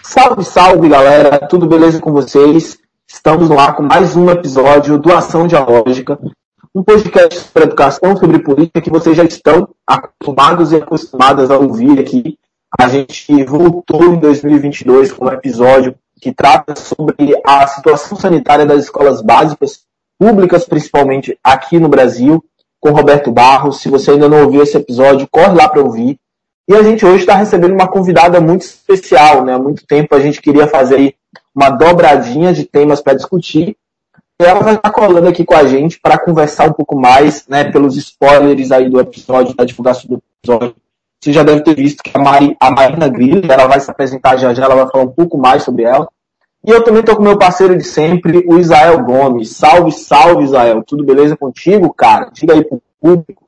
Salve, salve, galera! Tudo beleza com vocês? Estamos lá com mais um episódio do Ação Dialógica, um podcast sobre educação, sobre política que vocês já estão acostumados e acostumadas a ouvir aqui. A gente voltou em 2022 com um episódio que trata sobre a situação sanitária das escolas básicas, públicas principalmente aqui no Brasil, com Roberto Barros. Se você ainda não ouviu esse episódio, corre lá para ouvir. E a gente hoje está recebendo uma convidada muito especial, né? Há muito tempo a gente queria fazer aí uma dobradinha de temas para discutir. E ela vai estar colando aqui com a gente para conversar um pouco mais, né? Pelos spoilers aí do episódio, da divulgação do episódio. Você já deve ter visto que a Marina Grillo, ela vai se apresentar já, ela vai falar um pouco mais sobre ela. E eu também estou com o meu parceiro de sempre, o Isael Gomes. Salve, salve, Isael. Tudo beleza contigo, cara? Diga aí pro público.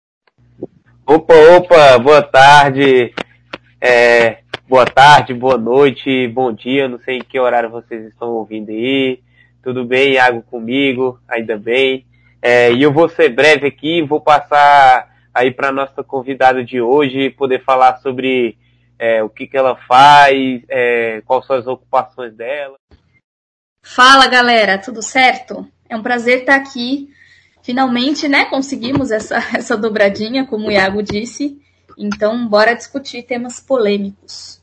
Opa, boa tarde, boa noite, bom dia, não sei em que horário vocês estão ouvindo aí. Tudo bem, Iago, comigo? Ainda bem. E eu vou ser breve aqui, vou passar aí para nossa convidada de hoje, poder falar sobre o que ela faz, quais são as ocupações dela. Fala, galera, tudo certo? É um prazer estar aqui. Finalmente, né, conseguimos essa dobradinha, como o Iago disse. Então, bora discutir temas polêmicos.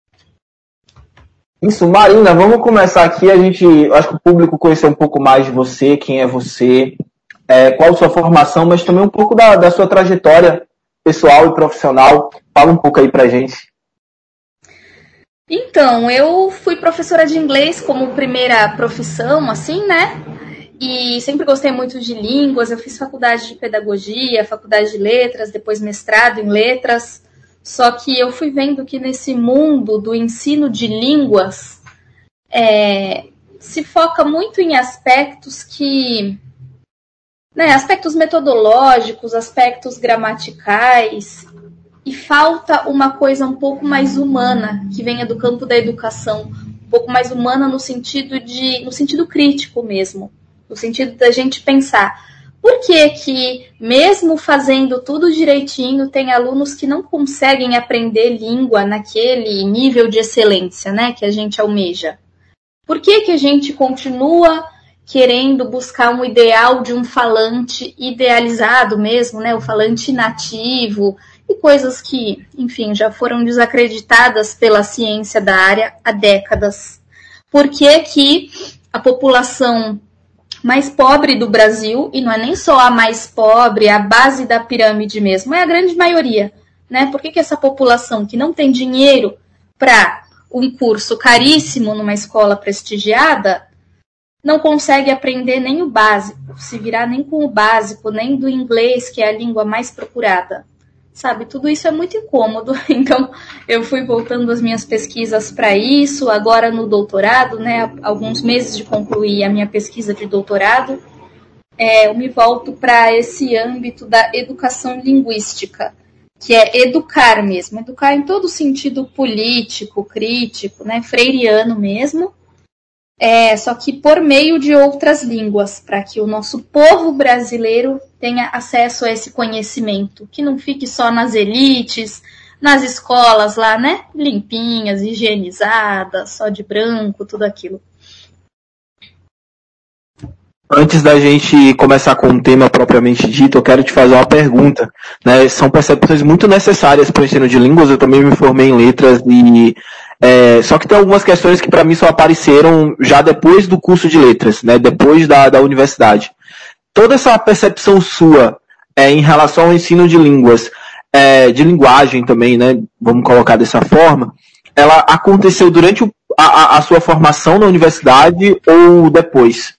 Isso, Marina, vamos começar aqui. Eu acho que o público conhecer um pouco mais de você, quem é você, qual a sua formação, mas também um pouco da sua trajetória pessoal e profissional. Fala um pouco aí pra gente. Então, eu fui professora de inglês como primeira profissão, assim, né? E sempre gostei muito de línguas. Eu fiz faculdade de pedagogia, faculdade de letras, depois mestrado em letras. Só que eu fui vendo que nesse mundo do ensino de línguas se foca muito em aspectos aspectos metodológicos, aspectos gramaticais, e falta uma coisa um pouco mais humana, que venha do campo da educação, um pouco mais humana no sentido crítico mesmo. No sentido da gente pensar, por que mesmo fazendo tudo direitinho, tem alunos que não conseguem aprender língua naquele nível de excelência, né, que a gente almeja? Por que a gente continua querendo buscar um ideal de um falante idealizado mesmo, né, o falante nativo, e coisas que, enfim, já foram desacreditadas pela ciência da área há décadas? Por que a população mais pobre do Brasil, e não é nem só a mais pobre, a base da pirâmide mesmo, é a grande maioria, né? Por que essa população que não tem dinheiro para um curso caríssimo numa escola prestigiada não consegue aprender nem o básico, se virar nem com o básico, nem do inglês, que é a língua mais procurada? Sabe, tudo isso é muito incômodo. Então, eu fui voltando as minhas pesquisas para isso, agora no doutorado, né, há alguns meses de concluir a minha pesquisa de doutorado, eu me volto para esse âmbito da educação linguística, que é educar mesmo, educar em todo sentido político, crítico, né, freiriano mesmo, só que por meio de outras línguas, para que o nosso povo brasileiro tenha acesso a esse conhecimento, que não fique só nas elites, nas escolas lá, né, limpinhas, higienizadas, só de branco, tudo aquilo. Antes da gente começar com o tema propriamente dito, eu quero te fazer uma pergunta, né? São percepções muito necessárias para o ensino de línguas. Eu também me formei em letras e só que tem algumas questões que para mim só apareceram já depois do curso de letras, né? Depois da universidade. Toda essa percepção sua em relação ao ensino de línguas, de linguagem também, né? Vamos colocar dessa forma, ela aconteceu durante a sua formação na universidade ou depois?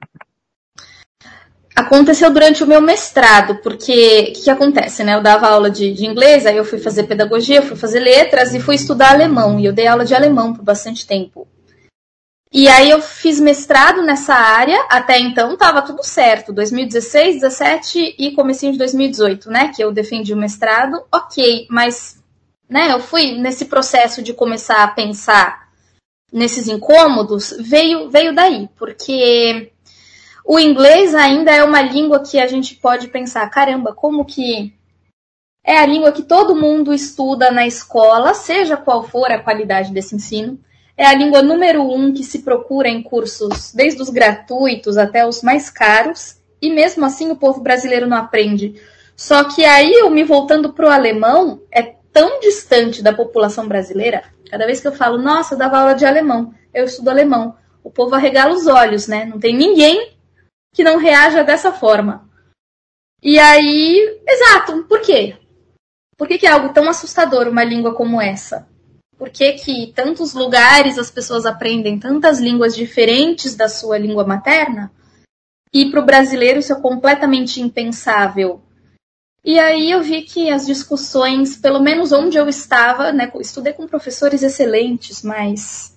Aconteceu durante o meu mestrado, porque o que acontece, né? Eu dava aula de inglês, aí eu fui fazer pedagogia, fui fazer letras e fui estudar alemão. E eu dei aula de alemão por bastante tempo. E aí eu fiz mestrado nessa área, até então estava tudo certo. 2016, 2017 e comecinho de 2018, né? Que eu defendi o mestrado, ok. Mas, né, eu fui nesse processo de começar a pensar nesses incômodos, veio daí, porque o inglês ainda é uma língua que a gente pode pensar, caramba, como que é a língua que todo mundo estuda na escola, seja qual for a qualidade desse ensino. é a língua número 1 que se procura em cursos, desde os gratuitos até os mais caros, e mesmo assim o povo brasileiro não aprende. Só que aí, eu me voltando para o alemão, é tão distante da população brasileira. Cada vez que eu falo, nossa, eu dava aula de alemão, eu estudo alemão, o povo arregala os olhos, né? Não tem ninguém que não reaja dessa forma. E aí, exato, por quê? Por que é algo tão assustador uma língua como essa? Por que em tantos lugares as pessoas aprendem tantas línguas diferentes da sua língua materna? E para o brasileiro isso é completamente impensável. E aí eu vi que as discussões, pelo menos onde eu estava, né, estudei com professores excelentes, mas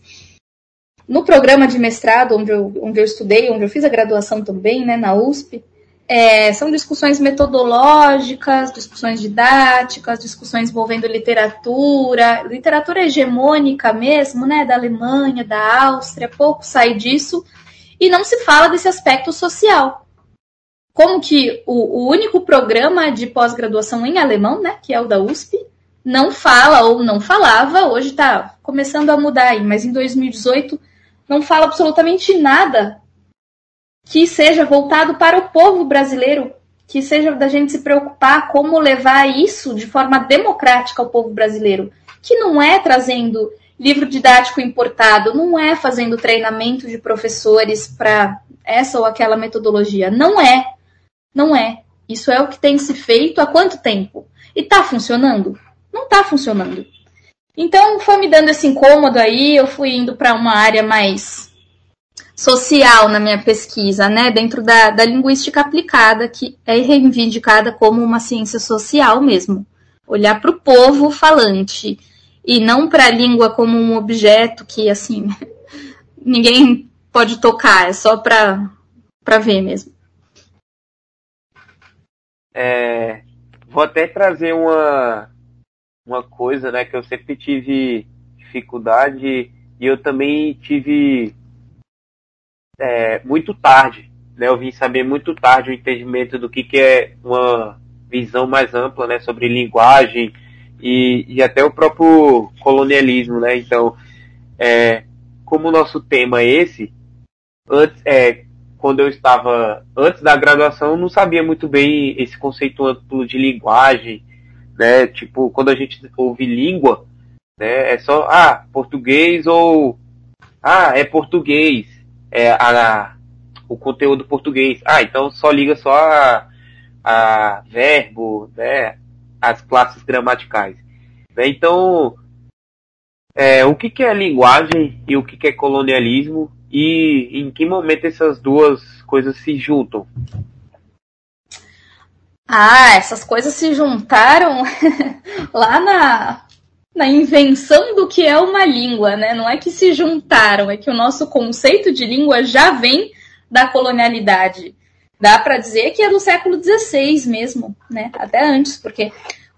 no programa de mestrado, onde eu estudei, onde eu fiz a graduação também, né, na USP, são discussões metodológicas, discussões didáticas, discussões envolvendo literatura hegemônica mesmo, né, da Alemanha, da Áustria, pouco sai disso, e não se fala desse aspecto social. Como que o único programa de pós-graduação em alemão, né, que é o da USP, não fala ou não falava, hoje está começando a mudar aí, mas em 2018 não fala absolutamente nada que seja voltado para o povo brasileiro, que seja da gente se preocupar como levar isso de forma democrática ao povo brasileiro, que não é trazendo livro didático importado, não é fazendo treinamento de professores para essa ou aquela metodologia, não é. Não é. Isso é o que tem se feito há quanto tempo? E está funcionando? Não está funcionando. Então, foi me dando esse incômodo aí, eu fui indo para uma área mais social na minha pesquisa, né? Dentro da linguística aplicada, que é reivindicada como uma ciência social mesmo. Olhar para o povo falante e não para a língua como um objeto que, assim, ninguém pode tocar, é só para ver mesmo. Vou até trazer uma coisa, né, que eu sempre tive dificuldade e eu também tive muito tarde, né, eu vim saber muito tarde o entendimento do que é uma visão mais ampla, né, sobre linguagem e até o próprio colonialismo, né. Então, como o nosso tema é esse, quando eu estava antes da graduação, eu não sabia muito bem esse conceito amplo de linguagem, né? Tipo, quando a gente ouve língua, né? É só, português ou, é português, o conteúdo português. Então só liga só a verbo, né? As classes gramaticais. Né? Então, o que é linguagem e o que é colonialismo? E em que momento essas duas coisas se juntam? Essas coisas se juntaram lá na invenção do que é uma língua, né? Não é que se juntaram, é que o nosso conceito de língua já vem da colonialidade. Dá para dizer que é do século XVI mesmo, né? Até antes, porque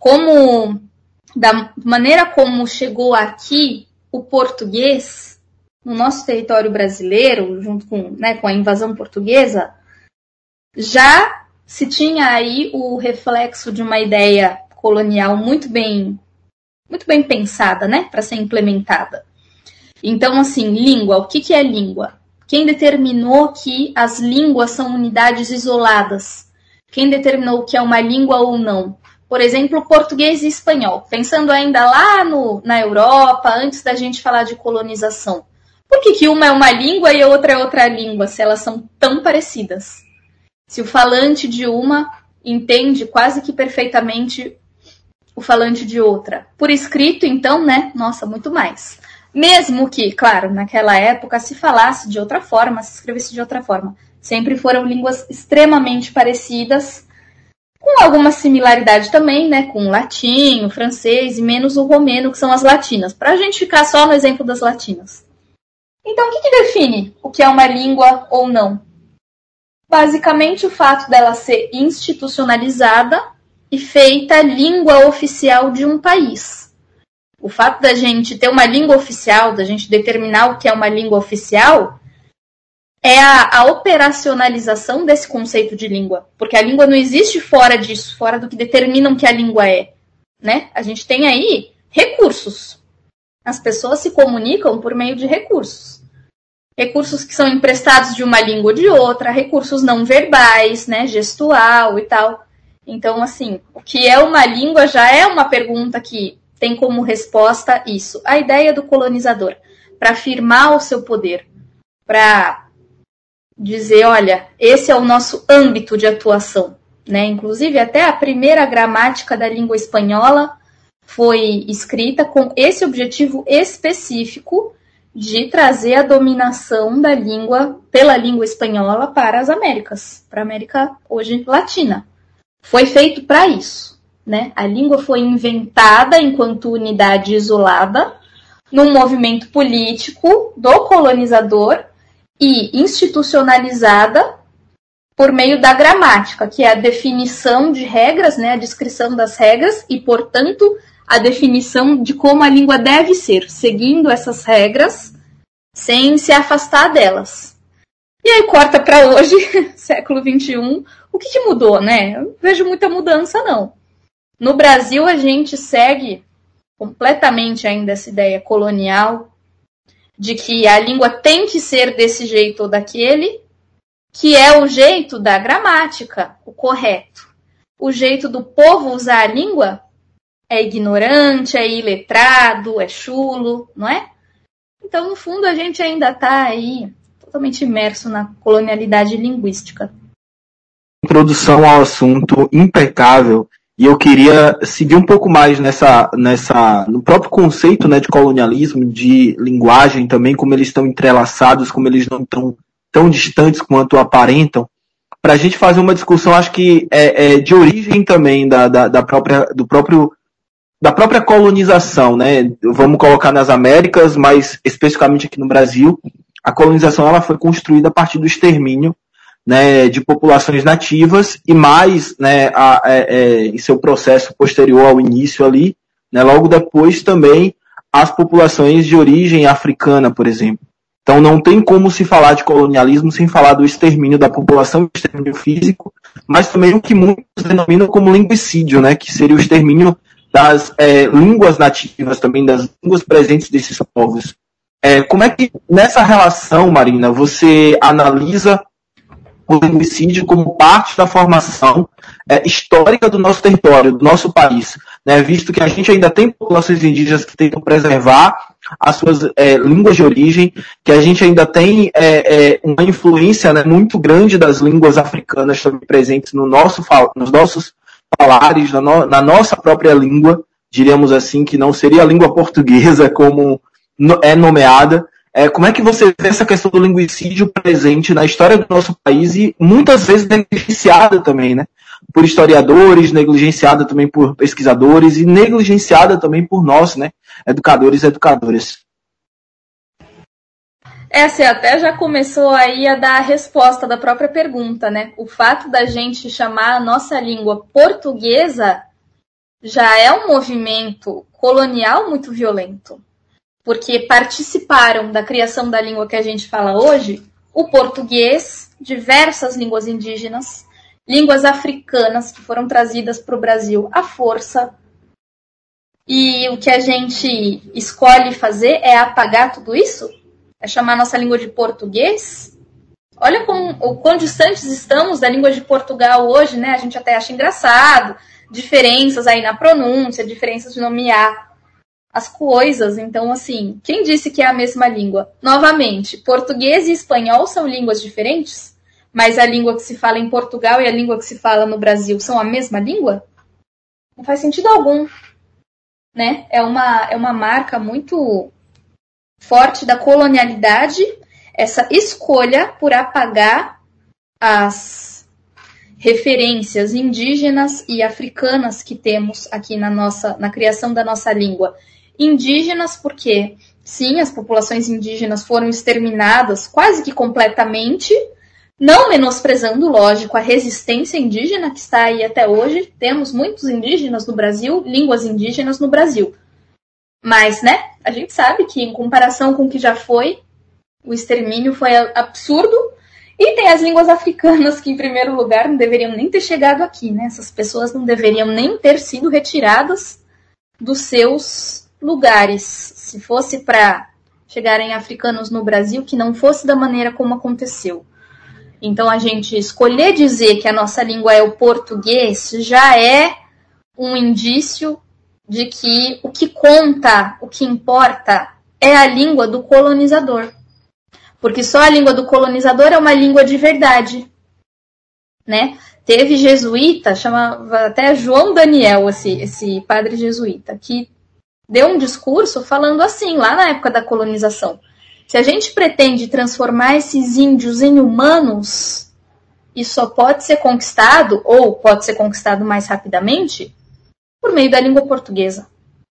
da maneira como chegou aqui o português no nosso território brasileiro, junto com a invasão portuguesa, já se tinha aí o reflexo de uma ideia colonial muito bem pensada, né, para ser implementada. Então, assim, língua, o que é língua? Quem determinou que as línguas são unidades isoladas? Quem determinou o que é uma língua ou não? Por exemplo, português e espanhol. Pensando ainda lá na Europa, antes da gente falar de colonização. Por que uma é uma língua e a outra é outra língua, se elas são tão parecidas? Se o falante de uma entende quase que perfeitamente o falante de outra. Por escrito, então, né? Nossa, muito mais. Mesmo que, claro, naquela época se falasse de outra forma, se escrevesse de outra forma. Sempre foram línguas extremamente parecidas, com alguma similaridade também, né? Com o latim, o francês e menos o romeno, que são as latinas. Para a gente ficar só no exemplo das latinas. Então, o que define o que é uma língua ou não? Basicamente, o fato dela ser institucionalizada e feita língua oficial de um país. O fato da gente ter uma língua oficial, da gente determinar o que é uma língua oficial, é a operacionalização desse conceito de língua. Porque a língua não existe fora disso, fora do que determinam que a língua é. Né? A gente tem aí recursos. As pessoas se comunicam por meio de recursos. Recursos que são emprestados de uma língua ou de outra, recursos não verbais, né, gestual e tal. Então, assim, o que é uma língua já é uma pergunta que tem como resposta isso. A ideia do colonizador, para afirmar o seu poder, para dizer, olha, esse é o nosso âmbito de atuação, né? Inclusive, até a primeira gramática da língua espanhola foi escrita com esse objetivo específico de trazer a dominação da língua, pela língua espanhola para as Américas, para a América hoje latina. Foi feito para isso, né? A língua foi inventada enquanto unidade isolada num movimento político do colonizador e institucionalizada por meio da gramática, que é a definição de regras, né? A descrição das regras e, portanto, a definição de como a língua deve ser, seguindo essas regras, sem se afastar delas. E aí corta para hoje, século XXI, o que mudou, né? Eu não vejo muita mudança, não. No Brasil, a gente segue completamente ainda essa ideia colonial de que a língua tem que ser desse jeito ou daquele, que é o jeito da gramática, o correto. O jeito do povo usar a língua é ignorante, é iletrado, é chulo, não é? Então, no fundo, a gente ainda está aí totalmente imerso na colonialidade linguística. Introdução ao assunto impecável, e eu queria seguir um pouco mais no próprio conceito, né, de colonialismo, de linguagem também, como eles estão entrelaçados, como eles não estão tão distantes quanto aparentam, para a gente fazer uma discussão, acho que de origem também da própria colonização, né? Vamos colocar nas Américas, mas especificamente aqui no Brasil, a colonização ela foi construída a partir do extermínio, né, de populações nativas e mais, né, em seu processo posterior ao início ali, né, logo depois também as populações de origem africana, por exemplo. Então não tem como se falar de colonialismo sem falar do extermínio da população, extermínio físico, mas também o que muitos denominam como linguicídio, né, que seria o extermínio das línguas nativas, também das línguas presentes desses povos. Como é que, nessa relação, Marina, você analisa o linguicídio como parte da formação histórica do nosso território, do nosso país, né? Visto que a gente ainda tem populações indígenas que tentam preservar as suas línguas de origem, que a gente ainda tem uma influência, né, muito grande das línguas africanas também presentes nos nossos falares, na nossa própria língua, diríamos assim, que não seria a língua portuguesa como é nomeada. Como é que você vê essa questão do linguicídio presente na história do nosso país e muitas vezes negligenciada também, né? Por historiadores, negligenciada também por pesquisadores e negligenciada também por nós, né? Educadores e educadoras. Você até já começou aí a dar a resposta da própria pergunta, né? O fato da gente chamar a nossa língua portuguesa já é um movimento colonial muito violento. Porque participaram da criação da língua que a gente fala hoje, o português, diversas línguas indígenas, línguas africanas que foram trazidas para o Brasil à força. E o que a gente escolhe fazer é apagar tudo isso? É chamar nossa língua de português? Olha o quão distantes estamos da língua de Portugal hoje, né? A gente até acha engraçado, diferenças aí na pronúncia, diferenças de nomear as coisas. Então, assim, quem disse que é a mesma língua? Novamente, português e espanhol são línguas diferentes, mas a língua que se fala em Portugal e a língua que se fala no Brasil são a mesma língua? Não faz sentido algum, né? É uma marca muito forte da colonialidade, essa escolha por apagar as referências indígenas e africanas que temos aqui na criação da nossa língua. Indígenas porque, sim, as populações indígenas foram exterminadas quase que completamente, não menosprezando, lógico, a resistência indígena que está aí até hoje. Temos muitos indígenas no Brasil, línguas indígenas no Brasil. Mas, né, a gente sabe que em comparação com o que já foi, o extermínio foi absurdo. E tem as línguas africanas que, em primeiro lugar, não deveriam nem ter chegado aqui, né? Essas pessoas não deveriam nem ter sido retiradas dos seus lugares, se fosse para chegarem africanos no Brasil, que não fosse da maneira como aconteceu. Então, a gente escolher dizer que a nossa língua é o português já é um indício de que o que conta, o que importa, é a língua do colonizador. Porque só a língua do colonizador é uma língua de verdade, né? Teve jesuíta, chamava até João Daniel, esse padre jesuíta, que deu um discurso falando assim, lá na época da colonização. Se a gente pretende transformar esses índios em humanos, isso só pode ser conquistado, ou pode ser conquistado mais rapidamente, por meio da língua portuguesa.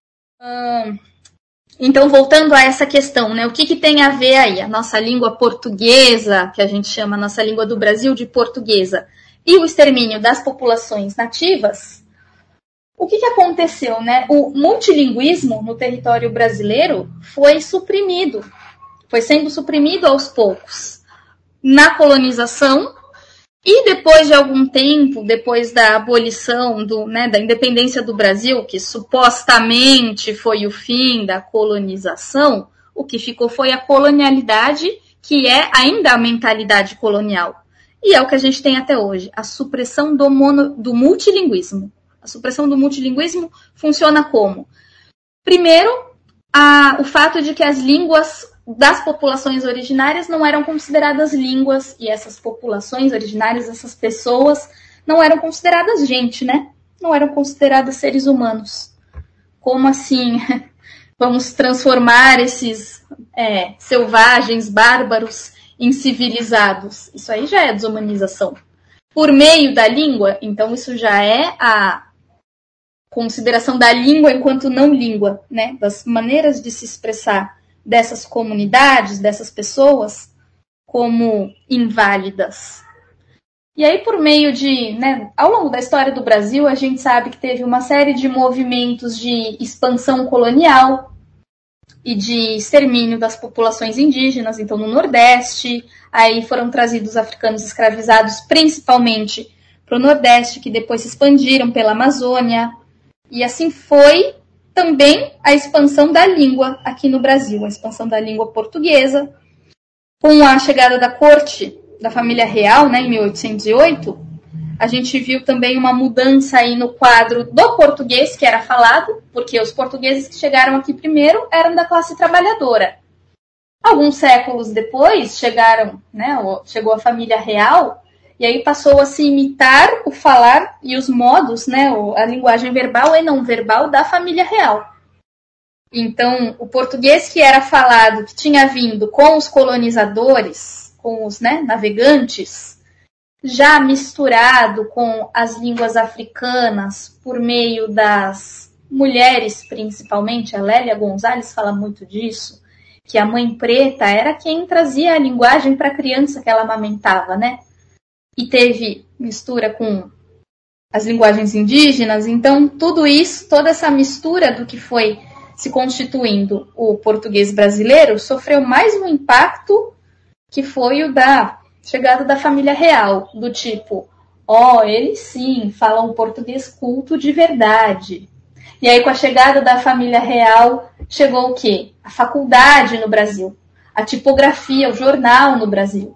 Então, voltando a essa questão, né, o que tem a ver aí? A nossa língua portuguesa, que a gente chama a nossa língua do Brasil de portuguesa, e o extermínio das populações nativas, o que aconteceu, né? O multilinguismo no território brasileiro foi suprimido, foi sendo suprimido aos poucos na colonização e depois de algum tempo, depois da abolição da independência do Brasil, que supostamente foi o fim da colonização, o que ficou foi a colonialidade, que é ainda a mentalidade colonial. E é o que a gente tem até hoje, a supressão do multilinguismo. A supressão do multilinguismo funciona como? Primeiro, o fato de que as línguas das populações originárias não eram consideradas línguas, e essas populações originárias, essas pessoas, não eram consideradas gente, né? Não eram consideradas seres humanos. Como assim? Vamos transformar esses selvagens, bárbaros, em civilizados. Isso aí já é desumanização. Por meio da língua, então isso já é a consideração da língua enquanto não língua, né? Das maneiras de se expressar dessas comunidades, dessas pessoas, como inválidas. E aí, por meio de, ao longo da história do Brasil, a gente sabe que teve uma série de movimentos de expansão colonial e de extermínio das populações indígenas, então no Nordeste, aí foram trazidos africanos escravizados principalmente para o Nordeste, que depois se expandiram pela Amazônia, e assim foi também a expansão da língua aqui no Brasil, a expansão da língua portuguesa. Com a chegada da corte da família real, em 1808, a gente viu também uma mudança aí no quadro do português que era falado, porque os portugueses que chegaram aqui primeiro eram da classe trabalhadora. Alguns séculos depois chegou a família real, e aí passou a se imitar o falar e os modos, a linguagem verbal e não verbal da família real. Então, o português que era falado, que tinha vindo com os colonizadores, com os navegantes, já misturado com as línguas africanas, por meio das mulheres principalmente, a Lélia Gonzalez fala muito disso, que a mãe preta era quem trazia a linguagem para a criança que ela amamentava, E teve mistura com as linguagens indígenas, então tudo isso, toda essa mistura do que foi se constituindo o português brasileiro, sofreu mais um impacto que foi o da chegada da família real, do tipo, eles sim falam português culto de verdade. E aí com a chegada da família real, chegou o quê? A faculdade no Brasil, a tipografia, o jornal no Brasil,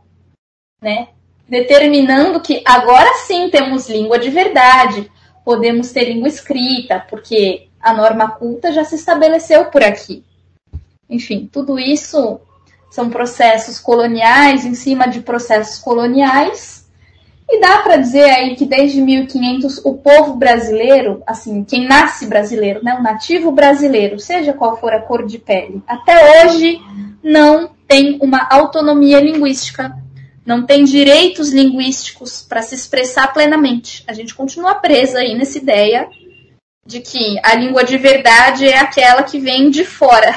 determinando que agora sim temos língua de verdade, podemos ter língua escrita, porque a norma culta já se estabeleceu por aqui. Enfim, tudo isso são processos coloniais em cima de processos coloniais, e dá para dizer aí que desde 1500 o povo brasileiro, assim, quem nasce brasileiro, o nativo brasileiro, seja qual for a cor de pele, até hoje não tem uma autonomia linguística, não tem direitos linguísticos para se expressar plenamente. A gente continua presa aí nessa ideia de que a língua de verdade é aquela que vem de fora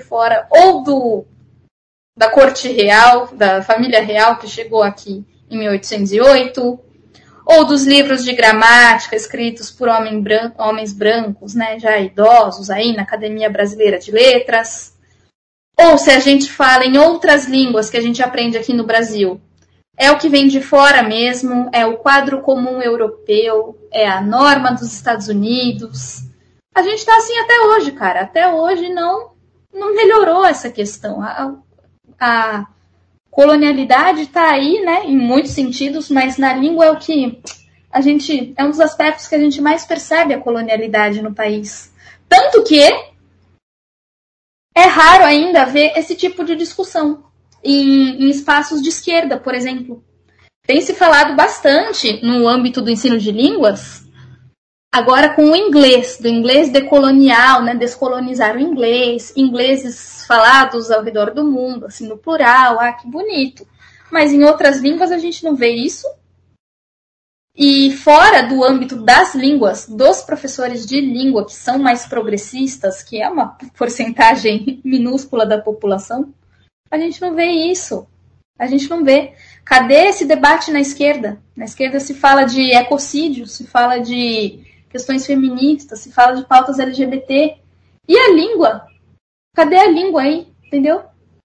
ou da corte real, da família real que chegou aqui em 1808, ou dos livros de gramática escritos por homens brancos, já idosos aí na Academia Brasileira de Letras, ou se a gente fala em outras línguas que a gente aprende aqui no Brasil, é o que vem de fora mesmo, é o quadro comum europeu, é a norma dos Estados Unidos, A gente está assim até hoje, cara. Até hoje não melhorou essa questão. A colonialidade está aí, né, em muitos sentidos, mas na língua é o que é um dos aspectos que a gente mais percebe a colonialidade no país. Tanto que é raro ainda ver esse tipo de discussão em espaços de esquerda, por exemplo. Tem se falado bastante no âmbito do ensino de línguas, agora com o inglês, do inglês decolonial, né, descolonizar o inglês, ingleses falados ao redor do mundo, assim, no plural, que bonito. Mas em outras línguas a gente não vê isso. E fora do âmbito das línguas, dos professores de língua, que são mais progressistas, que é uma porcentagem minúscula da população, a gente não vê isso. A gente não vê. Cadê esse debate na esquerda? Na esquerda se fala de ecocídio, se fala de questões feministas, se fala de pautas LGBT. E a língua? Cadê a língua aí? Entendeu?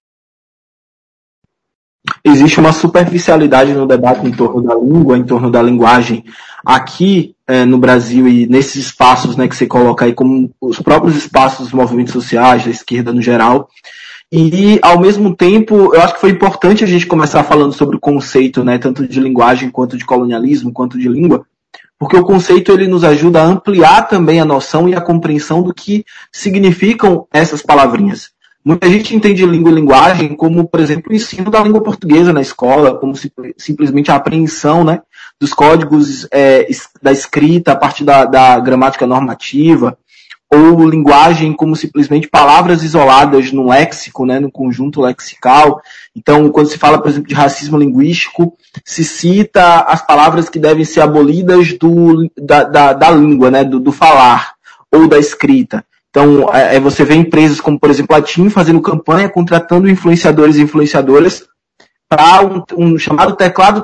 Existe uma superficialidade no debate em torno da língua, em torno da linguagem. Aqui no Brasil e nesses espaços, né, que você coloca aí como os próprios espaços dos movimentos sociais, da esquerda no geral. E, ao mesmo tempo, eu acho que foi importante a gente começar falando sobre o conceito, né, tanto de linguagem, quanto de colonialismo, quanto de língua, porque o conceito ele nos ajuda a ampliar também a noção e a compreensão do que significam essas palavrinhas. Muita gente entende língua e linguagem como, por exemplo, o ensino da língua portuguesa na escola, como simplesmente a apreensão, né, dos códigos da escrita a partir da gramática normativa, ou linguagem como simplesmente palavras isoladas no léxico, né, no conjunto lexical. Então, quando se fala, por exemplo, de racismo linguístico, se cita as palavras que devem ser abolidas da língua, né, do falar, ou da escrita. Então, você vê empresas como, por exemplo, a TIM fazendo campanha, contratando influenciadores e influenciadoras para um chamado teclado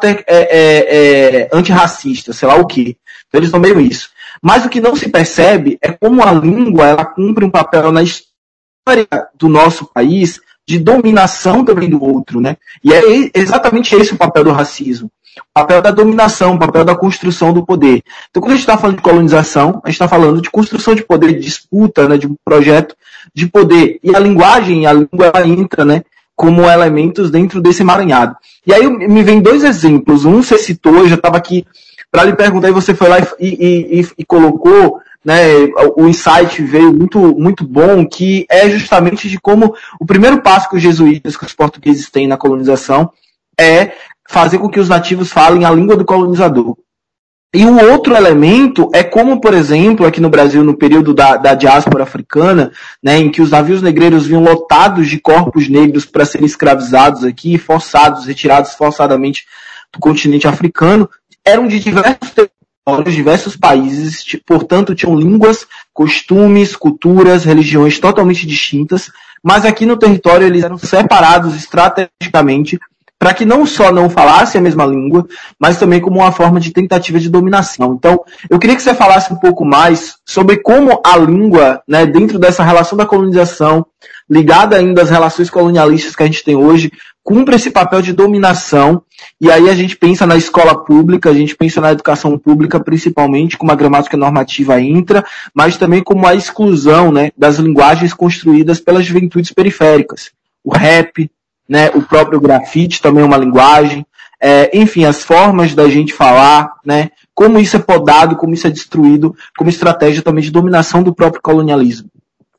antirracista, sei lá o quê. Então, eles nomeiam isso. Mas o que não se percebe é como a língua ela cumpre um papel na história do nosso país de dominação também do outro, né? E é exatamente esse o papel do racismo. O papel da dominação, o papel da construção do poder. Então, quando a gente está falando de colonização, a gente está falando de construção de poder, de disputa, né, de um projeto de poder. E a linguagem, a língua, ela entra, né, como elementos dentro desse emaranhado. E aí me vem dois exemplos. Um você citou, eu já estava aqui para lhe perguntar, e você foi lá e colocou, né, o insight veio muito bom, que é justamente de como o primeiro passo que os jesuítas, que os portugueses têm na colonização, é fazer com que os nativos falem a língua do colonizador. E o outro elemento é como, por exemplo, aqui no Brasil, no período da diáspora africana, né, em que os navios negreiros vinham lotados de corpos negros para serem escravizados aqui, retirados forçadamente do continente africano, eram de diversos territórios, diversos países, portanto tinham línguas, costumes, culturas, religiões totalmente distintas, mas aqui no território eles eram separados estrategicamente para que não só não falassem a mesma língua, mas também como uma forma de tentativa de dominação. Então, eu queria que você falasse um pouco mais sobre como a língua, né, dentro dessa relação da colonização, ligada ainda às relações colonialistas que a gente tem hoje, cumpre esse papel de dominação. E aí a gente pensa na escola pública, a gente pensa na educação pública, principalmente como a gramática normativa entra, mas também como a exclusão, né, das linguagens construídas pelas juventudes periféricas. O rap, né, o próprio grafite também é uma linguagem, enfim, as formas da gente falar, né, como isso é podado, como isso é destruído, como estratégia também de dominação do próprio colonialismo.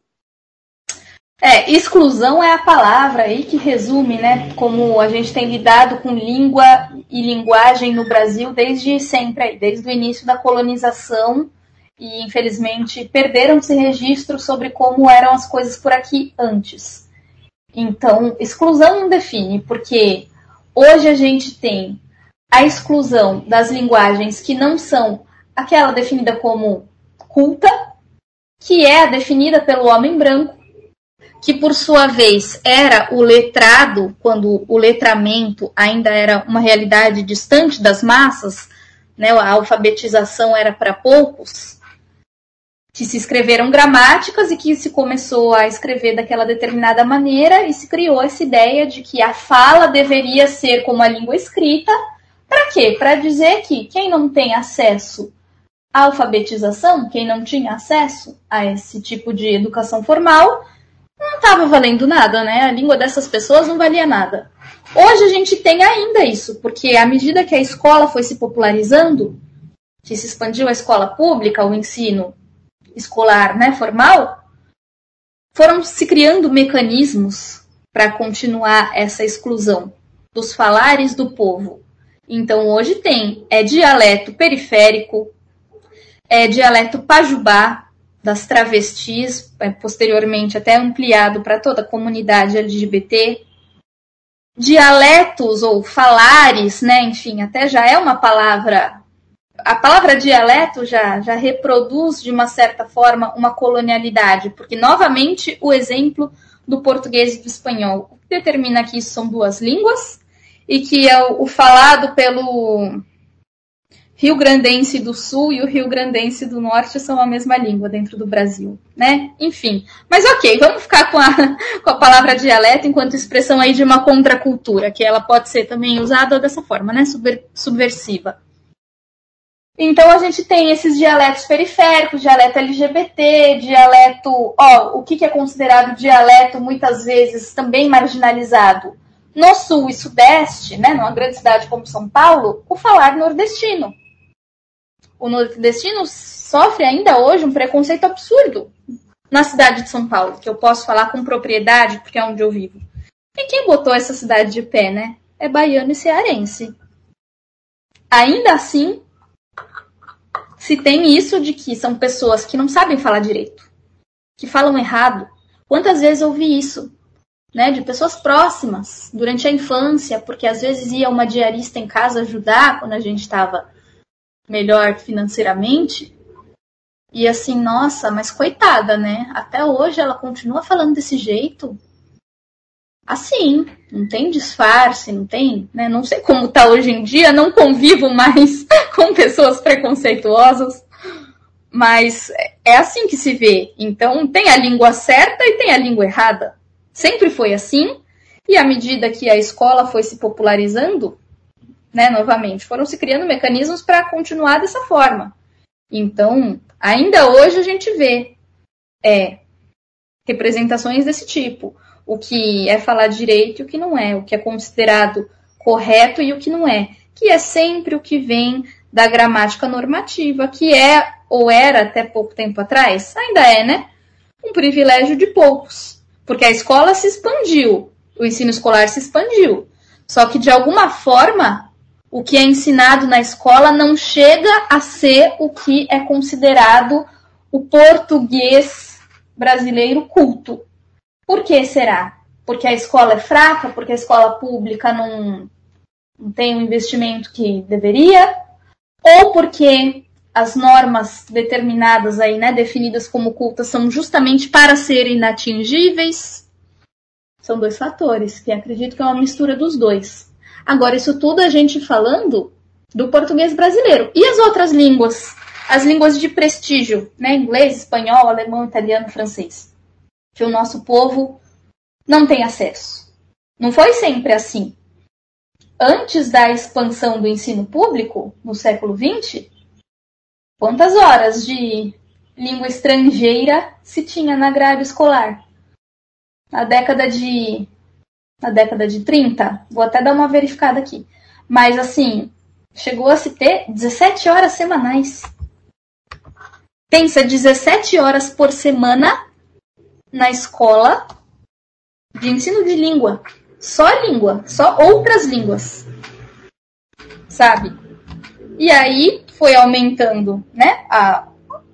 Exclusão é a palavra aí que resume, né, como a gente tem lidado com língua e linguagem no Brasil desde sempre, aí, desde o início da colonização, e infelizmente perderam-se registros sobre como eram as coisas por aqui antes. Então, exclusão não define, porque hoje a gente tem a exclusão das linguagens que não são aquela definida como culta, que é a definida pelo homem branco, que por sua vez era o letrado, quando o letramento ainda era uma realidade distante das massas, né, a alfabetização era para poucos, que se escreveram gramáticas e que se começou a escrever daquela determinada maneira e se criou essa ideia de que a fala deveria ser como a língua escrita. Para quê? Para dizer que quem não tem acesso A alfabetização, quem não tinha acesso a esse tipo de educação formal, não estava valendo nada, né? A língua dessas pessoas não valia nada. Hoje a gente tem ainda isso, porque à medida que a escola foi se popularizando, que se expandiu a escola pública, o ensino escolar, né, formal, foram se criando mecanismos para continuar essa exclusão dos falares do povo. Então hoje tem dialeto periférico, dialeto pajubá das travestis, posteriormente até ampliado para toda a comunidade LGBT, dialetos ou falares, né, enfim, até já é uma palavra. A palavra dialeto já reproduz, de uma certa forma, uma colonialidade, porque, novamente, o exemplo do português e do espanhol. O que determina que isso são duas línguas e que é o falado pelo rio-grandense do sul e o rio-grandense do norte são a mesma língua dentro do Brasil, né? Enfim, mas ok, vamos ficar com a palavra dialeto enquanto expressão aí de uma contracultura, que ela pode ser também usada dessa forma, né? Subversiva. Então a gente tem esses dialetos periféricos, dialeto LGBT, dialeto... o que é considerado dialeto, muitas vezes também marginalizado. No sul e sudeste, né, numa grande cidade como São Paulo, o falar nordestino. O nordestino sofre ainda hoje um preconceito absurdo na cidade de São Paulo, que eu posso falar com propriedade, porque é onde eu vivo. E quem botou essa cidade de pé, né? É baiano e cearense. Ainda assim, se tem isso de que são pessoas que não sabem falar direito, que falam errado. Quantas vezes eu ouvi isso, né, de pessoas próximas, durante a infância, porque às vezes ia uma diarista em casa ajudar quando a gente estava melhor financeiramente, e assim, nossa, mas coitada, né? Até hoje ela continua falando desse jeito. Assim, não tem disfarce, não tem, né? Não sei como tá hoje em dia, não convivo mais com pessoas preconceituosas, mas é assim que se vê. Então, tem a língua certa e tem a língua errada. Sempre foi assim, e à medida que a escola foi se popularizando, né, novamente, foram se criando mecanismos para continuar dessa forma. Então, ainda hoje a gente vê representações desse tipo. O que é falar direito e o que não é. O que é considerado correto e o que não é. Que é sempre o que vem da gramática normativa, que é, ou era até pouco tempo atrás, ainda é, né? Um privilégio de poucos. Porque a escola se expandiu, o ensino escolar se expandiu. Só que, de alguma forma, o que é ensinado na escola não chega a ser o que é considerado o português brasileiro culto. Por que será? Porque a escola é fraca? Porque a escola pública não tem o investimento que deveria? Ou porque as normas determinadas aí, né, definidas como cultas, são justamente para serem inatingíveis? São dois fatores, que acredito que é uma mistura dos dois. Agora, isso tudo a gente falando do português brasileiro. E as outras línguas? As línguas de prestígio, né? Inglês, espanhol, alemão, italiano, francês. Que o nosso povo não tem acesso. Não foi sempre assim. Antes da expansão do ensino público, no século XX, quantas horas de língua estrangeira se tinha na grade escolar? Na década de 30, vou até dar uma verificada aqui. Mas, assim, chegou a se ter 17 horas semanais. Pensa, 17 horas por semana na escola de ensino de língua. Só outras línguas. Sabe? E aí foi aumentando, né, a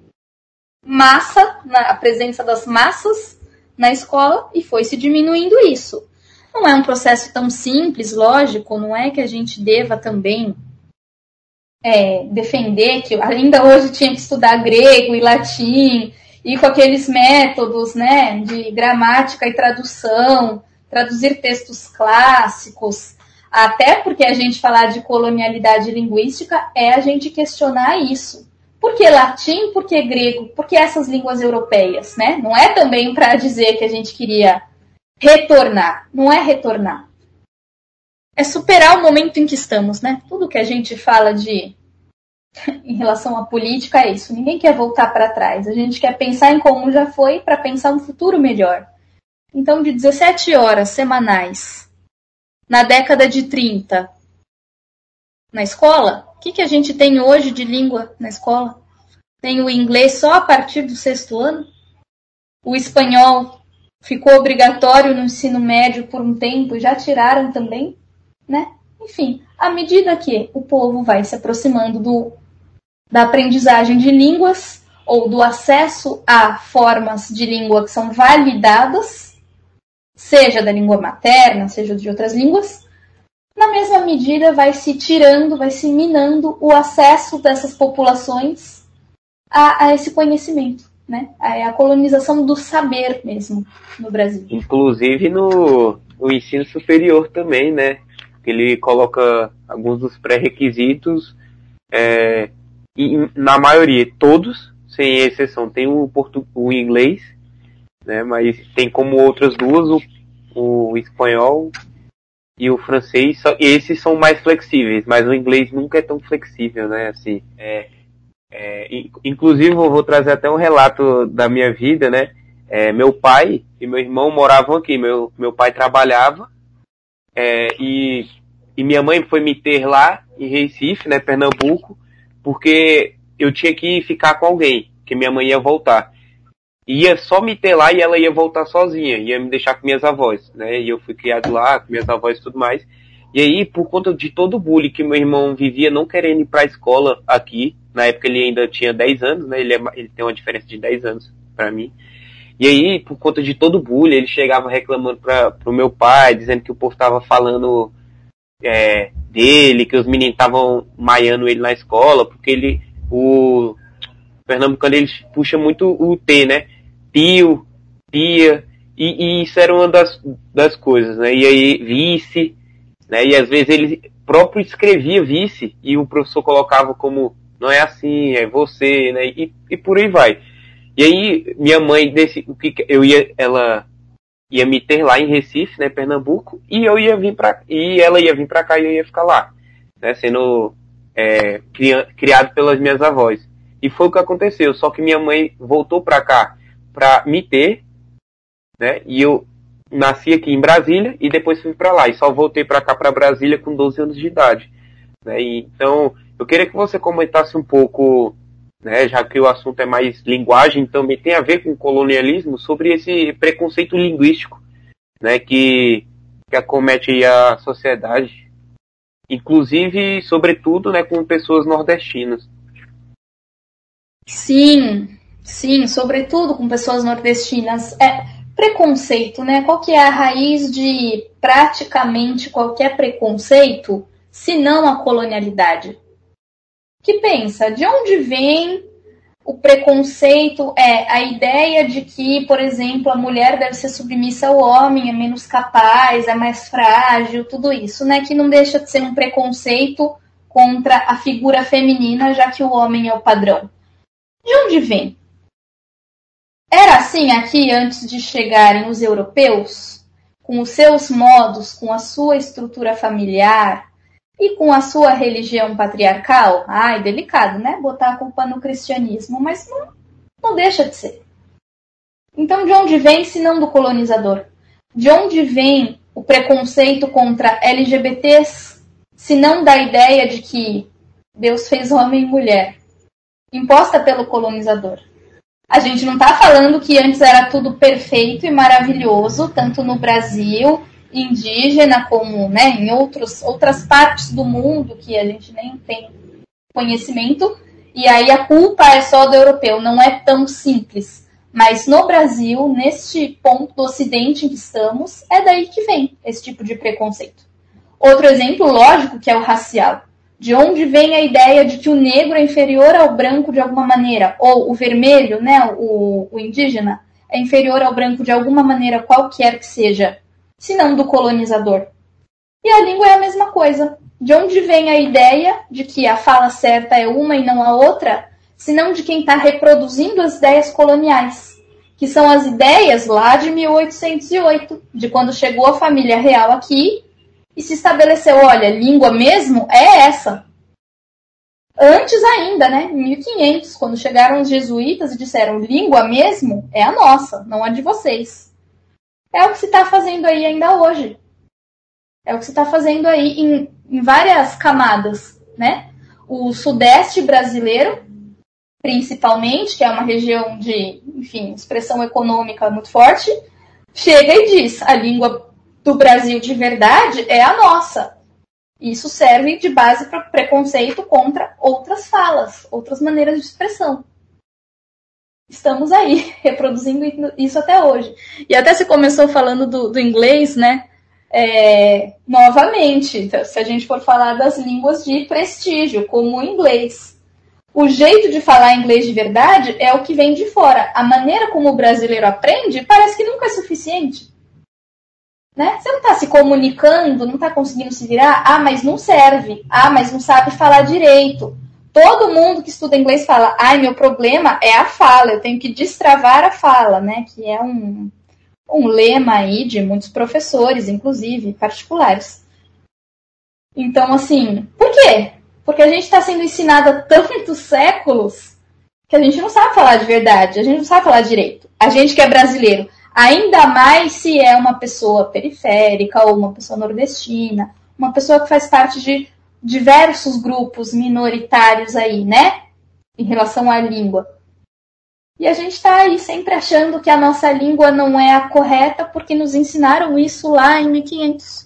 massa, a presença das massas na escola e foi se diminuindo isso. Não é um processo tão simples, lógico, não é que a gente deva também defender que ainda hoje tinha que estudar grego e latim, e com aqueles métodos, né, de gramática e tradução, traduzir textos clássicos, até porque a gente falar de colonialidade linguística é a gente questionar isso. Por que latim? Por que grego? Por que essas línguas europeias, né? Não é também para dizer que a gente queria retornar. Não é retornar. É superar o momento em que estamos, né? Tudo que a gente fala de em relação à política é isso. Ninguém quer voltar para trás. A gente quer pensar em como já foi para pensar um futuro melhor. Então, de 17 horas semanais na década de 30 na escola, o que a gente tem hoje de língua na escola? Tem o inglês só a partir do 6º ano. O espanhol ficou obrigatório no ensino médio por um tempo e já tiraram também, né? Enfim, à medida que o povo vai se aproximando da aprendizagem de línguas ou do acesso a formas de língua que são validadas, seja da língua materna, seja de outras línguas, na mesma medida vai se tirando, vai se minando o acesso dessas populações a esse conhecimento, né? A colonização do saber mesmo no Brasil. Inclusive no ensino superior também, né? Ele coloca alguns dos pré-requisitos, e na maioria, todos, sem exceção, tem o inglês, né? Mas tem como outras duas o espanhol e o francês. Esses são mais flexíveis, mas o inglês nunca é tão flexível, né? Assim, inclusive, eu vou trazer até um relato da minha vida, né? Meu pai e meu irmão moravam aqui. Meu pai trabalhava, e minha mãe foi me ter lá em Recife, né, Pernambuco, porque eu tinha que ficar com alguém, que minha mãe ia voltar. Ia só me ter lá e ela ia voltar sozinha, ia me deixar com minhas avós, né? E eu fui criado lá, com minhas avós e tudo mais. E aí, por conta de todo o bullying que meu irmão vivia não querendo ir pra escola aqui, na época ele ainda tinha 10 anos, né? Ele tem uma diferença de 10 anos pra mim. E aí, por conta de todo o bullying, ele chegava reclamando pro meu pai, dizendo que o povo tava falando dele, que os meninos estavam maiando ele na escola, porque o pernambucano, ele puxa muito o T, né? Tio, tia, e isso era uma das coisas, né? E aí, vice, né? E às vezes ele próprio escrevia vice, e o professor colocava como, não é assim, é você, né? E por aí vai. E aí, minha mãe, ela ia me ter lá em Recife, né, Pernambuco, e ela ia vir pra cá e eu ia ficar lá, né, sendo criado pelas minhas avós. E foi o que aconteceu, só que minha mãe voltou pra cá pra me ter, né, e eu nasci aqui em Brasília e depois fui pra lá, e só voltei pra cá, pra Brasília, com 12 anos de idade, né. Então, eu queria que você comentasse um pouco, né, já que o assunto é mais linguagem, também tem a ver com colonialismo, sobre esse preconceito linguístico, né, que acomete a sociedade, inclusive, sobretudo, né, com pessoas nordestinas. Sim, sobretudo com pessoas nordestinas. Preconceito, né? Qual que é a raiz de praticamente qualquer preconceito, se não a colonialidade? Que pensa, de onde vem o preconceito? A ideia de que, por exemplo, a mulher deve ser submissa ao homem, é menos capaz, é mais frágil, tudo isso, né? Que não deixa de ser um preconceito contra a figura feminina, já que o homem é o padrão. De onde vem? Era assim aqui antes de chegarem os europeus, com os seus modos, com a sua estrutura familiar e com a sua religião patriarcal? Delicado, né? Botar a culpa no cristianismo, mas não deixa de ser. Então, de onde vem, se não do colonizador? De onde vem o preconceito contra LGBTs, se não da ideia de que Deus fez homem e mulher, imposta pelo colonizador? A gente não está falando que antes era tudo perfeito e maravilhoso, tanto no Brasil indígena como, né, em outras partes do mundo que a gente nem tem conhecimento, e aí a culpa é só do europeu. Não é tão simples. Mas no Brasil, neste ponto do Ocidente em que estamos, é daí que vem esse tipo de preconceito. Outro exemplo lógico que é o racial. De onde vem a ideia de que o negro é inferior ao branco de alguma maneira, ou o vermelho, né, o indígena, é inferior ao branco de alguma maneira, qualquer que seja, se não do colonizador? E a língua é a mesma coisa. De onde vem a ideia de que a fala certa é uma e não a outra, se não de quem está reproduzindo as ideias coloniais, que são as ideias lá de 1808, de quando chegou a família real aqui, e se estabeleceu, olha, língua mesmo é essa. Antes ainda, né, em 1500, quando chegaram os jesuítas e disseram, língua mesmo é a nossa, não a de vocês. É o que se está fazendo aí ainda hoje. É o que se está fazendo aí em várias camadas, né? O sudeste brasileiro, principalmente, que é uma região de, enfim, expressão econômica muito forte, chega e diz, a língua do Brasil de verdade é a nossa. Isso serve de base para preconceito contra outras falas, outras maneiras de expressão. Estamos aí, reproduzindo isso até hoje. E até se começou falando do inglês, né? Novamente, se a gente for falar das línguas de prestígio, como o inglês. O jeito de falar inglês de verdade é o que vem de fora. A maneira como o brasileiro aprende parece que nunca é suficiente. Né? Você não está se comunicando, não está conseguindo se virar, mas não serve, mas não sabe falar direito. Todo mundo que estuda inglês fala, meu problema é a fala, eu tenho que destravar a fala, né? Que é um lema aí de muitos professores, inclusive, particulares. Então, assim, por quê? Porque a gente está sendo ensinado há tantos séculos que a gente não sabe falar de verdade, a gente não sabe falar direito. A gente que é brasileiro, ainda mais se é uma pessoa periférica ou uma pessoa nordestina, uma pessoa que faz parte de diversos grupos minoritários aí, né? Em relação à língua. E a gente está aí sempre achando que a nossa língua não é a correta porque nos ensinaram isso lá em 1500.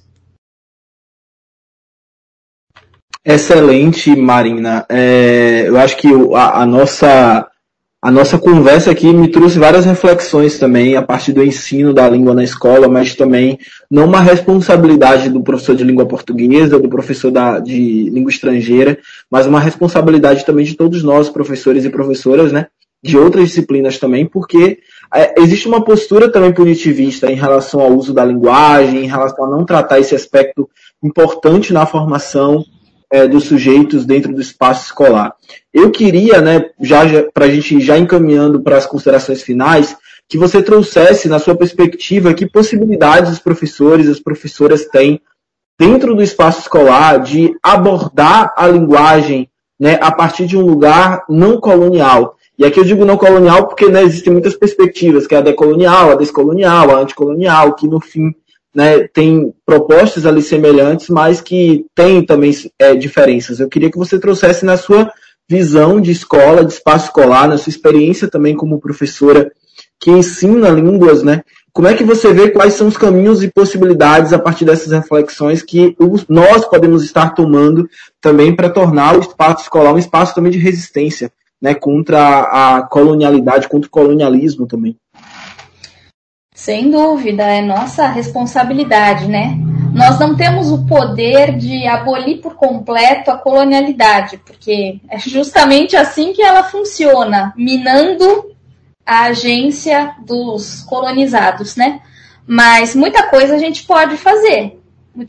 Excelente, Marina. Eu acho que a nossa conversa aqui me trouxe várias reflexões também a partir do ensino da língua na escola, mas também não uma responsabilidade do professor de língua portuguesa, do professor de língua estrangeira, mas uma responsabilidade também de todos nós, professores e professoras, né, de outras disciplinas também, porque existe uma postura também punitivista em relação ao uso da linguagem, em relação a não tratar esse aspecto importante na formação dos sujeitos dentro do espaço escolar. Eu queria, né, já para a gente já encaminhando para as considerações finais, que você trouxesse, na sua perspectiva, que possibilidades os professores e as professoras têm dentro do espaço escolar de abordar a linguagem, né, a partir de um lugar não colonial. E aqui eu digo não colonial porque, né, existem muitas perspectivas, que é a decolonial, a descolonial, a anticolonial, que no fim, né, tem propostas ali semelhantes, mas que tem também diferenças. Eu queria que você trouxesse na sua visão de escola, de espaço escolar, na sua experiência também como professora que ensina línguas, né? Como é que você vê quais são os caminhos e possibilidades a partir dessas reflexões que nós podemos estar tomando também para tornar o espaço escolar um espaço também de resistência, né, contra a colonialidade, contra o colonialismo também? Sem dúvida, é nossa responsabilidade, né? Nós não temos o poder de abolir por completo a colonialidade, porque é justamente assim que ela funciona, minando a agência dos colonizados, né? Mas muita coisa a gente pode fazer.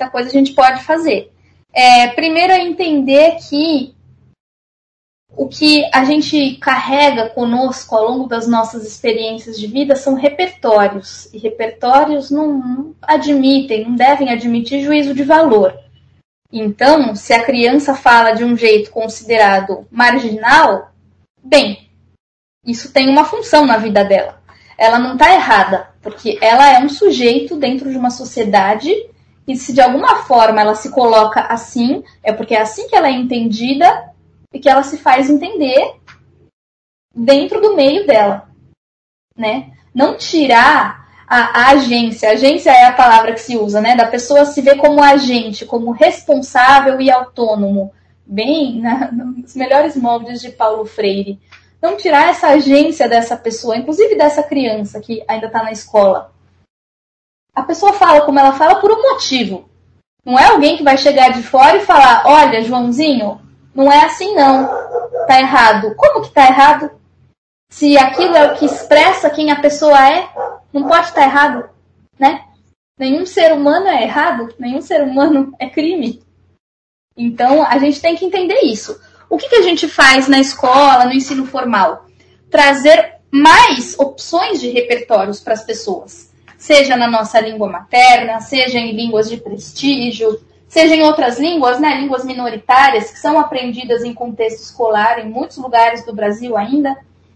Primeiro é entender que o que a gente carrega conosco ao longo das nossas experiências de vida são repertórios. E repertórios não devem admitir juízo de valor. Então, se a criança fala de um jeito considerado marginal, bem, isso tem uma função na vida dela. Ela não está errada, porque ela é um sujeito dentro de uma sociedade e se de alguma forma ela se coloca assim, é porque é assim que ela é entendida e que ela se faz entender dentro do meio dela, né? Não tirar a agência. Agência é a palavra que se usa, né? Da pessoa se ver como agente, como responsável e autônomo, bem nos melhores moldes de Paulo Freire. Não tirar essa agência dessa pessoa, inclusive dessa criança que ainda está na escola. A pessoa fala como ela fala por um motivo. Não é alguém que vai chegar de fora e falar, olha, Joãozinho, não é assim não, tá errado. Como que tá errado? Se aquilo é o que expressa quem a pessoa é, não pode estar errado, né? Nenhum ser humano é errado, nenhum ser humano é crime. Então, a gente tem que entender isso. O que a gente faz na escola, no ensino formal? Trazer mais opções de repertórios para as pessoas. Seja na nossa língua materna, seja em línguas de prestígio, seja em outras línguas, né, línguas minoritárias, que são aprendidas em contexto escolar em muitos lugares do Brasil ainda.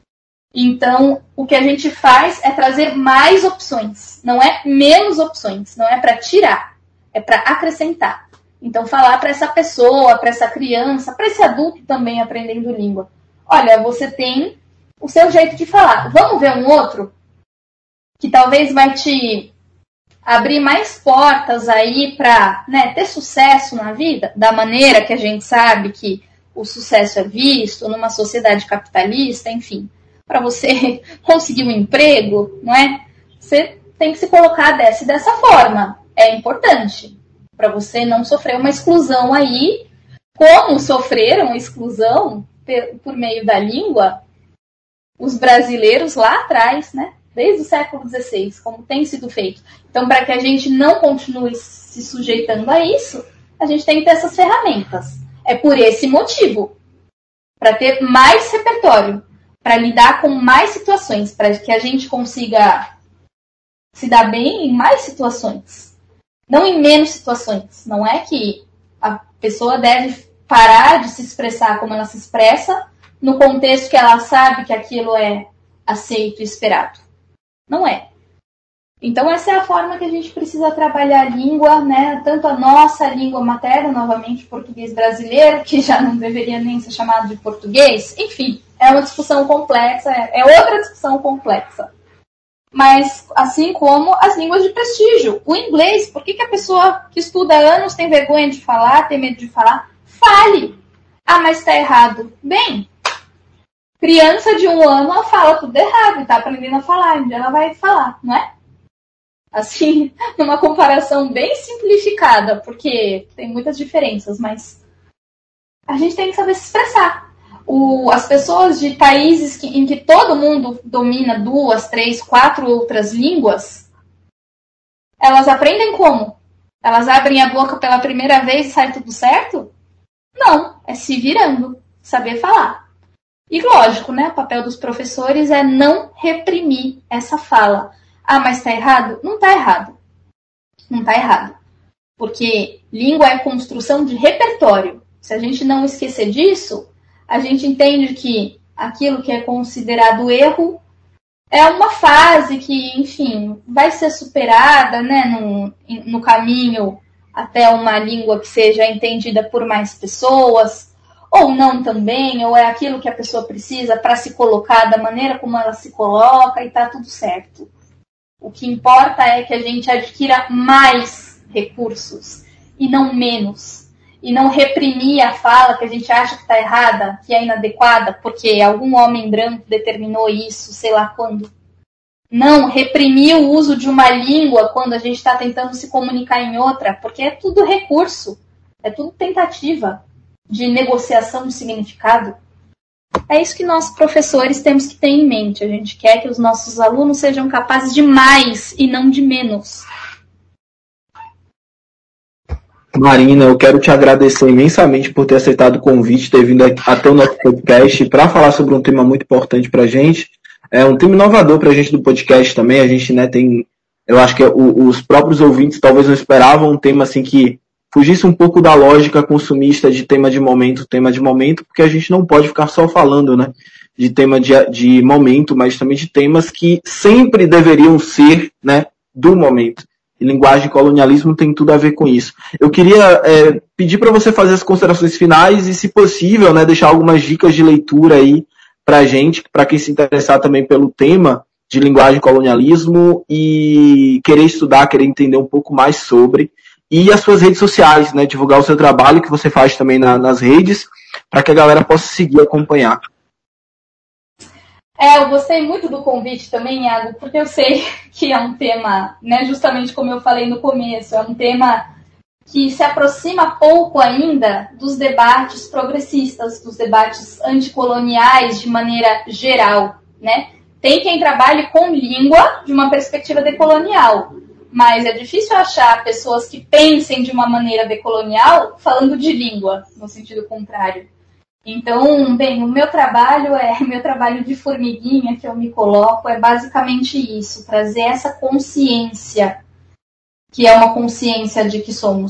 Então, o que a gente faz é trazer mais opções, não é menos opções, não é para tirar, é para acrescentar. Então, falar para essa pessoa, para essa criança, para esse adulto também aprendendo língua. Olha, você tem o seu jeito de falar. Vamos ver um outro que talvez vai te abrir mais portas aí para, né, ter sucesso na vida, da maneira que a gente sabe que o sucesso é visto numa sociedade capitalista, enfim. Para você conseguir um emprego, não é? Você tem que se colocar dessa forma. É importante para você não sofrer uma exclusão aí, como sofreram exclusão por meio da língua os brasileiros lá atrás, né? Desde o século XVI, como tem sido feito. Então, para que a gente não continue se sujeitando a isso, a gente tem que ter essas ferramentas. É por esse motivo, para ter mais repertório, para lidar com mais situações, para que a gente consiga se dar bem em mais situações, não em menos situações. Não é que a pessoa deve parar de se expressar como ela se expressa no contexto que ela sabe que aquilo é aceito e esperado. Não é. Então, essa é a forma que a gente precisa trabalhar a língua, né? Tanto a nossa língua materna, novamente, português brasileiro, que já não deveria nem ser chamado de português. Enfim, é uma discussão complexa, é outra discussão complexa. Mas, assim como as línguas de prestígio. O inglês, por que a pessoa que estuda há anos tem vergonha de falar, tem medo de falar? Fale! Ah, mas está errado. Bem, criança de 1 ano, ela fala tudo errado e está aprendendo a falar. Um dia ela vai falar, não é? Assim, numa comparação bem simplificada, porque tem muitas diferenças, mas a gente tem que saber se expressar. As pessoas de países em que todo mundo domina 2, 3, 4 outras línguas, elas aprendem como? Elas abrem a boca pela primeira vez e sai tudo certo? Não, é se virando, saber falar. E lógico, né? O papel dos professores é não reprimir essa fala. Ah, mas está errado? Não está errado. Não está errado. Porque língua é construção de repertório. Se a gente não esquecer disso, a gente entende que aquilo que é considerado erro é uma fase que, enfim, vai ser superada, né, no caminho até uma língua que seja entendida por mais pessoas, ou não também, ou é aquilo que a pessoa precisa para se colocar da maneira como ela se coloca e está tudo certo. O que importa é que a gente adquira mais recursos e não menos. E não reprimir a fala que a gente acha que está errada, que é inadequada, porque algum homem branco determinou isso, sei lá quando. Não reprimir o uso de uma língua quando a gente está tentando se comunicar em outra, porque é tudo recurso, é tudo tentativa de negociação de significado. É isso que nós, professores, temos que ter em mente. A gente quer que os nossos alunos sejam capazes de mais e não de menos. Marina, eu quero te agradecer imensamente por ter aceitado o convite, ter vindo até o nosso podcast para falar sobre um tema muito importante para a gente. É um tema inovador para a gente do podcast também. A gente, né, tem... Eu acho que os próprios ouvintes talvez não esperavam um tema assim que fugisse um pouco da lógica consumista de tema de momento, porque a gente não pode ficar só falando, né, de tema de momento, mas também de temas que sempre deveriam ser, né, do momento. E linguagem e colonialismo tem tudo a ver com isso. Eu queria pedir para você fazer as considerações finais e, se possível, né, deixar algumas dicas de leitura aí para a gente, para quem se interessar também pelo tema de linguagem e colonialismo e querer estudar, querer entender um pouco mais sobre. E as suas redes sociais, né? Divulgar o seu trabalho que você faz também nas redes, para que a galera possa seguir e acompanhar. Eu gostei muito do convite também, Iago, porque eu sei que é um tema, né, justamente como eu falei no começo, é um tema que se aproxima pouco ainda dos debates progressistas, dos debates anticoloniais de maneira geral, né? Tem quem trabalhe com língua de uma perspectiva decolonial, mas é difícil achar pessoas que pensem de uma maneira decolonial falando de língua, no sentido contrário. Então, bem, o meu trabalho de formiguinha que eu me coloco, é basicamente isso, trazer essa consciência, que é uma consciência de que somos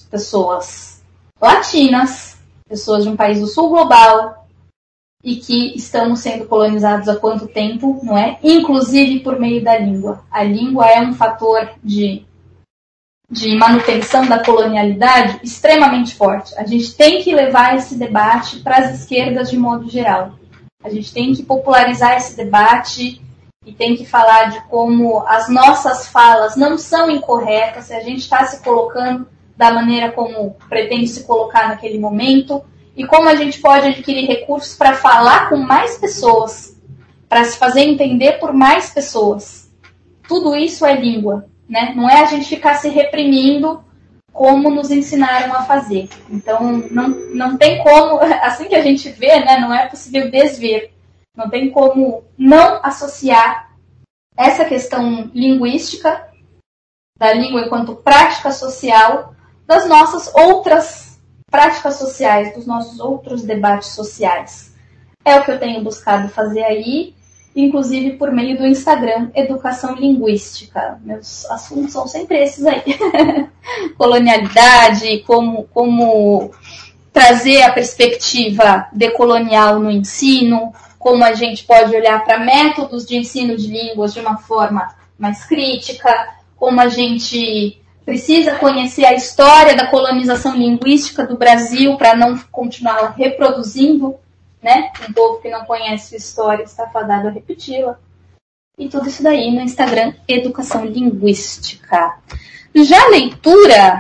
pessoas latinas, pessoas de um país do sul global, e que estamos sendo colonizados há quanto tempo, não é? Inclusive por meio da língua. A língua é um fator de manutenção da colonialidade extremamente forte. A gente tem que levar esse debate para as esquerdas de modo geral. A gente tem que popularizar esse debate e tem que falar de como as nossas falas não são incorretas, se a gente está se colocando da maneira como pretende se colocar naquele momento, e como a gente pode adquirir recursos para falar com mais pessoas, para se fazer entender por mais pessoas. Tudo isso é língua, né? Não é a gente ficar se reprimindo como nos ensinaram a fazer. Então, não tem como, assim que a gente vê, né, não é possível desver. Não tem como não associar essa questão linguística, da língua enquanto prática social, das nossas outras práticas sociais, dos nossos outros debates sociais. É o que eu tenho buscado fazer aí, inclusive por meio do Instagram, Educação Linguística. Meus assuntos são sempre esses aí. Colonialidade, como trazer a perspectiva decolonial no ensino, como a gente pode olhar para métodos de ensino de línguas de uma forma mais crítica, como a gente precisa conhecer a história da colonização linguística do Brasil para não continuar reproduzindo, né? Um povo que não conhece a história está fadado a repeti-la. E tudo isso daí no Instagram Educação Linguística. Já leitura...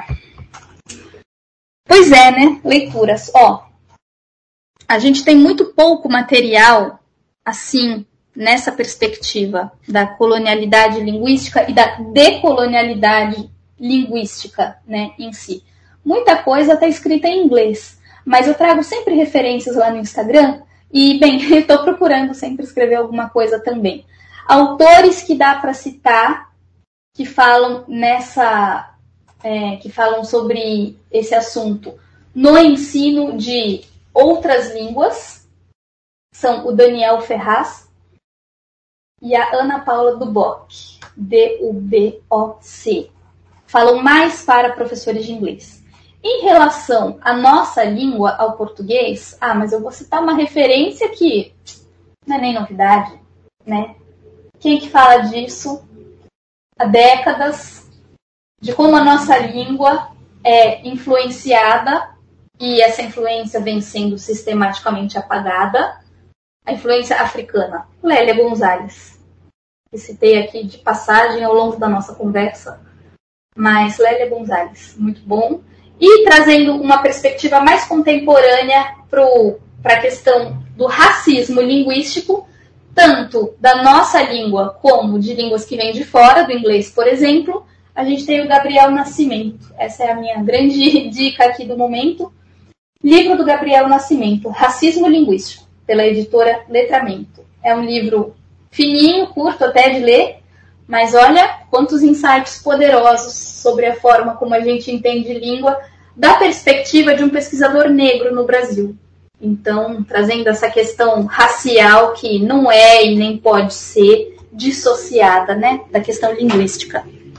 Pois é, né? Leituras. A gente tem muito pouco material, assim, nessa perspectiva da colonialidade linguística e da decolonialidade linguística, né, em si. Muita coisa está escrita em inglês, mas eu trago sempre referências lá no Instagram e, bem, estou procurando sempre escrever alguma coisa também. Autores que dá para citar, que falam que falam sobre esse assunto no ensino de outras línguas, são o Daniel Ferraz e a Ana Paula Duboc, D-U-B-O-C. Falam mais para professores de inglês. Em relação à nossa língua, ao português, mas eu vou citar uma referência que não é nem novidade, né? Quem que fala disso há décadas, de como a nossa língua é influenciada e essa influência vem sendo sistematicamente apagada, a influência africana. Lélia Gonzalez, que citei aqui de passagem ao longo da nossa conversa, mas Lélia Gonzalez, muito bom. E trazendo uma perspectiva mais contemporânea para a questão do racismo linguístico, tanto da nossa língua como de línguas que vêm de fora, do inglês, por exemplo, a gente tem o Gabriel Nascimento. Essa é a minha grande dica aqui do momento. Livro do Gabriel Nascimento, Racismo Linguístico, pela editora Letramento. É um livro fininho, curto até de ler, mas olha quantos insights poderosos sobre a forma como a gente entende língua da perspectiva de um pesquisador negro no Brasil. Então, trazendo essa questão racial que não é e nem pode ser dissociada, né, da questão linguística.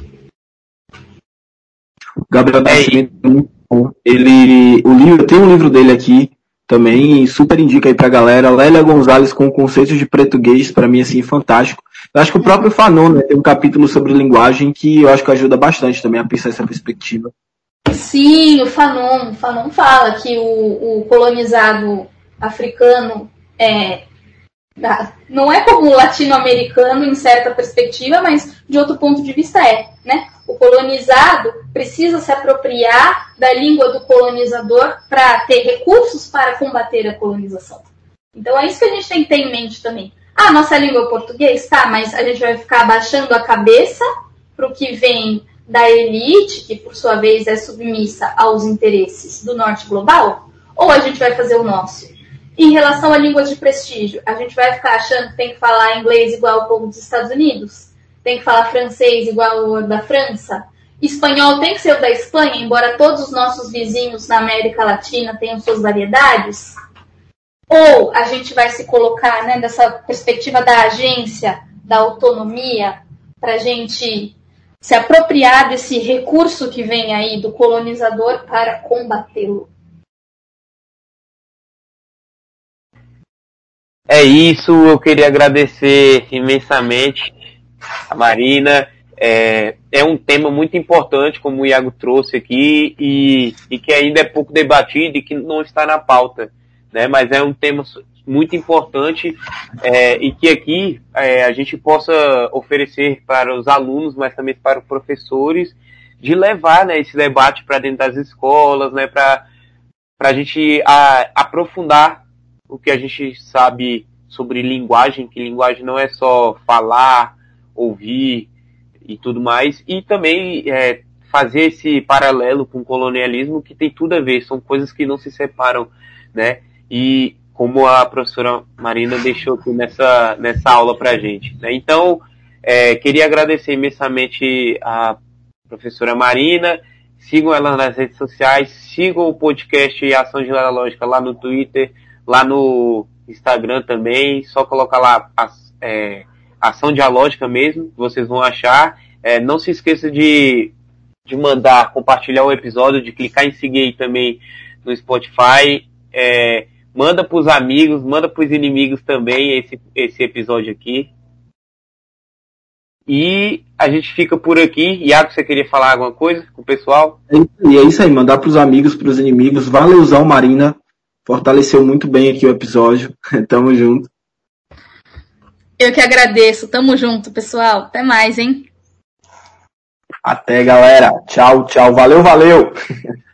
Gabriel Nascimento é muito bom. Tem um livro dele aqui também, super indica aí pra galera. Lélia Gonzalez com conceitos de português, para mim, assim, fantástico. Eu acho que o próprio Fanon, né, tem um capítulo sobre linguagem que eu acho que ajuda bastante também a pensar essa perspectiva. Sim, o Fanon fala que o colonizado africano não é como o latino-americano em certa perspectiva, mas de outro ponto de vista né? O colonizado precisa se apropriar da língua do colonizador para ter recursos para combater a colonização. Então é isso que a gente tem que ter em mente também. Nossa língua é o português? Tá, mas a gente vai ficar abaixando a cabeça para o que vem da elite, que por sua vez é submissa aos interesses do norte global? Ou a gente vai fazer o nosso? Em relação a línguas de prestígio, a gente vai ficar achando que tem que falar inglês igual o povo dos Estados Unidos? Tem que falar francês igual o da França? Espanhol tem que ser o da Espanha, embora todos os nossos vizinhos na América Latina tenham suas variedades? Ou a gente vai se colocar, né, dessa perspectiva da agência, da autonomia, para a gente se apropriar desse recurso que vem aí do colonizador para combatê-lo. É isso, eu queria agradecer imensamente a Marina. É um tema muito importante, como o Iago trouxe aqui, e que ainda é pouco debatido e que não está na pauta, né? Mas é um tema muito importante e que aqui a gente possa oferecer para os alunos, mas também para os professores, de levar, né, esse debate para dentro das escolas, né, para a gente aprofundar o que a gente sabe sobre linguagem, que linguagem não é só falar, ouvir e tudo mais, e também fazer esse paralelo com o colonialismo, que tem tudo a ver, são coisas que não se separam, né? E como a professora Marina deixou aqui nessa aula pra gente, né? Então, queria agradecer imensamente a professora Marina, sigam ela nas redes sociais, sigam o podcast Ação Dialógica lá no Twitter, lá no Instagram também, só colocar lá Ação Dialógica mesmo, vocês vão achar. Não se esqueça de mandar, compartilhar o episódio, de clicar em seguir aí também no Spotify. Manda pros amigos, manda pros inimigos também esse episódio aqui. E a gente fica por aqui. Iago, você queria falar alguma coisa com o pessoal? É isso aí, mandar pros amigos, pros inimigos. Valeuzão, Marina. Fortaleceu muito bem aqui o episódio. Tamo junto. Eu que agradeço. Tamo junto, pessoal. Até mais, hein? Até, galera. Tchau, tchau. Valeu, valeu.